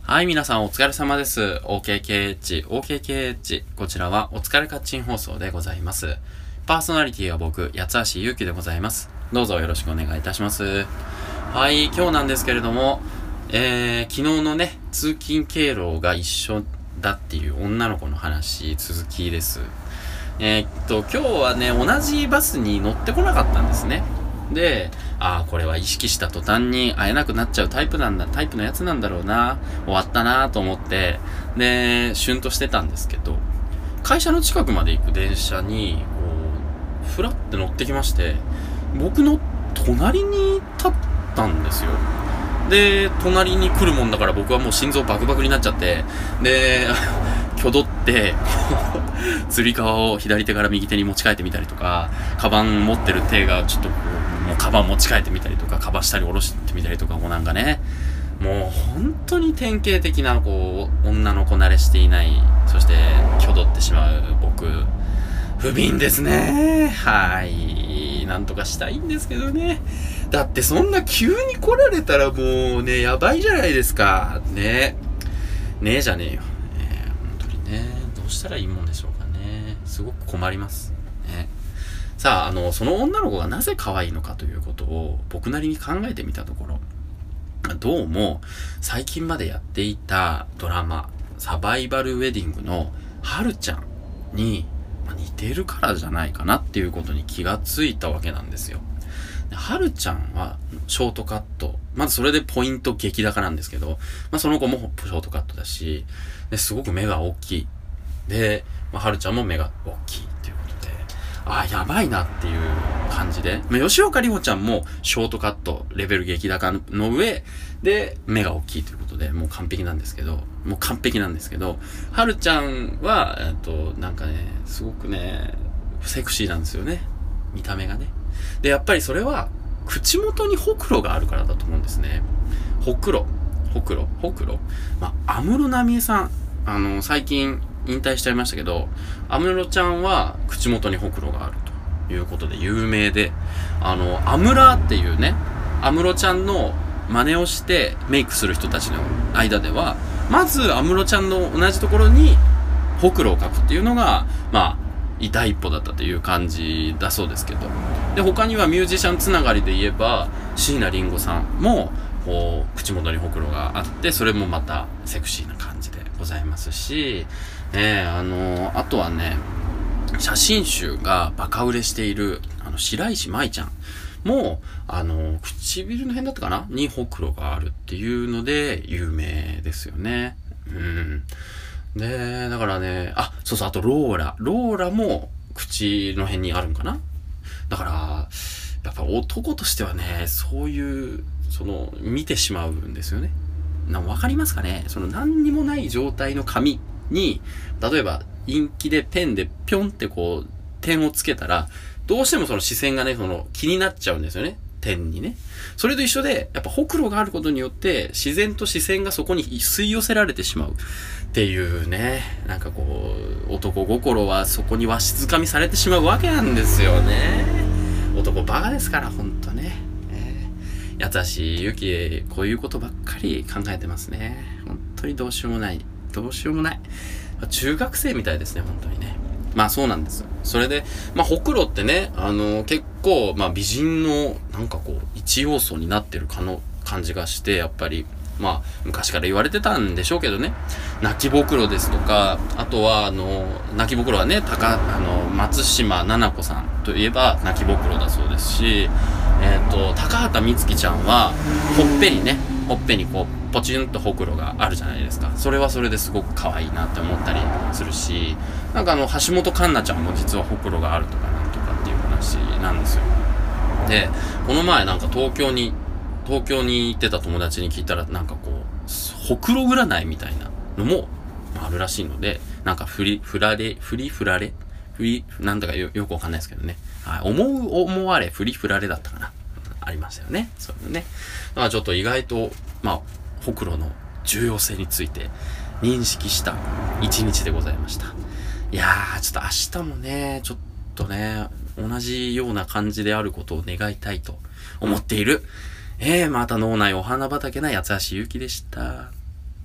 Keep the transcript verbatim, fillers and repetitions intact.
はい、皆さんお疲れ様です。オーケーケーエイチ、オーケーケーエイチ。こちらはお疲れカッチン放送でございます。パーソナリティは僕、八橋ゆうきでございます。どうぞよろしくお願いいたします。はい、今日なんですけれども、えー、昨日のね、通勤経路が一緒だっていう女の子の話、続きです。えー、っと、今日はね、同じバスに乗ってこなかったんですね。で、ああ、これは意識した途端に会えなくなっちゃうタイプなんだ、タイプのやつなんだろうな、終わったなと思って、で、シュンとしてたんですけど、会社の近くまで行く電車に、こう、ふらって乗ってきまして、僕の隣に立ったんですよ。で、隣に来るもんだから僕はもう心臓バクバクになっちゃって、で、挙動って、つり革を左手から右手に持ち替えてみたりとか、カバン持ってる手がちょっとこう、もうカバン持ち替えてみたりとか、カバン下に下ろしてみたりとか、もうなんかね、もう本当に典型的な、こう、女の子慣れしていない、そして挙動ってしまう僕、不憫ですね。はい。なんとかしたいんですけどね。だってそんな急に来られたらもうね、やばいじゃないですか。ね。ねえじゃねえよ。えー、本当にね、どうしたらいいもんでしょうかね。すごく困ります。ね。さあ、あの、その女の子がなぜ可愛いのかということを僕なりに考えてみたところ、どうも最近までやっていたドラマ、サバイバルウェディングのはるちゃんに似てるからじゃないかなっていうことに気がついたわけなんですよ。はるちゃんはショートカット。まずそれでポイント激高なんですけど、まあその子もショートカットだし、ですごく目が大きい。で、まあ、はるちゃんも目が大きいっていうことで、ああ、やばいなっていう感じで、まあ、吉岡里帆ちゃんもショートカット、レベル激高の上で目が大きいということで、もう完璧なんですけど、もう完璧なんですけど、はるちゃんは、えっと、なんかね、すごくね、セクシーなんですよね。見た目がね。で、やっぱりそれは、口元にほくろがあるからだと思うんですね。ほくろ。ほくろ。ほくろ。まあ、安室奈美恵さん、あの、最近引退しちゃいましたけど、安室ちゃんは口元にほくろがあるということで有名で、あの、アムラーっていうね、安室ちゃんの真似をしてメイクする人たちの間では、まず安室ちゃんの同じところにほくろを描くっていうのが、まあ、第一歩だったという感じだそうですけど。で、他にはミュージシャンつながりで言えば、椎名林檎さんも、こう、口元にほくろがあって、それもまたセクシーな感じでございますし、ね、あの、あとはね、写真集がバカ売れしている、あの、白石麻衣ちゃんも、あの、唇の辺だったかなにほくろがあるっていうので、有名ですよね。うん。で、だからね、あ、そうそう、あとローラ。ローラも口の辺にあるんかな。だから、やっぱ男としてはね、そういう、その、見てしまうんですよね。な、わかりますかね？その何にもない状態の紙に、例えば、インキでペンでピョンってこう、点をつけたら、どうしてもその視線がね、その気になっちゃうんですよね。点にね。それと一緒で、やっぱほくろがあることによって、自然と視線がそこに吸い寄せられてしまう。っていうね、なんかこう、男心はそこにわしづかみされてしまうわけなんですよね。男バカですから、ほんとね。えー、八橋ゆき、こういうことばっかり考えてますね。本当にどうしようもない。どうしようもない。中学生みたいですね、本当にね。まあそうなんです。それで、まあほくろってね、あの、結構、まあ美人の、なんかこう、一要素になってるかの感じがして、やっぱり、まあ、昔から言われてたんでしょうけどね。泣きぼくろですとか、あとは、あの、泣きぼくろはね、高、あの、松島菜々子さんといえば泣きぼくろだそうですし、えっと、高畑充希ちゃんは、ほっぺにね、ほっぺにこう、ポチンとほくろがあるじゃないですか。それはそれですごく可愛いなって思ったりするし、なんかあの、橋本環奈ちゃんも実はほくろがあるとかなんとかっていう話なんですよ。で、この前なんか東京に、東京に行ってた友達に聞いたら、なんかこう、ほくろ占いみたいなのもあるらしいので、なんかフリ、フラレ、フリフラレフリ、なんだか よ, よくわかんないですけどね。はい。思う思われ、フリフラレだったかな。ありましたよね。そういうのね。まあちょっと意外と、まあ、ほくろの重要性について認識した一日でございました。いやー、ちょっと明日もね、ちょっとね、同じような感じであることを願いたいと思っている。えー、また脳内お花畑な八橋ゆきでした。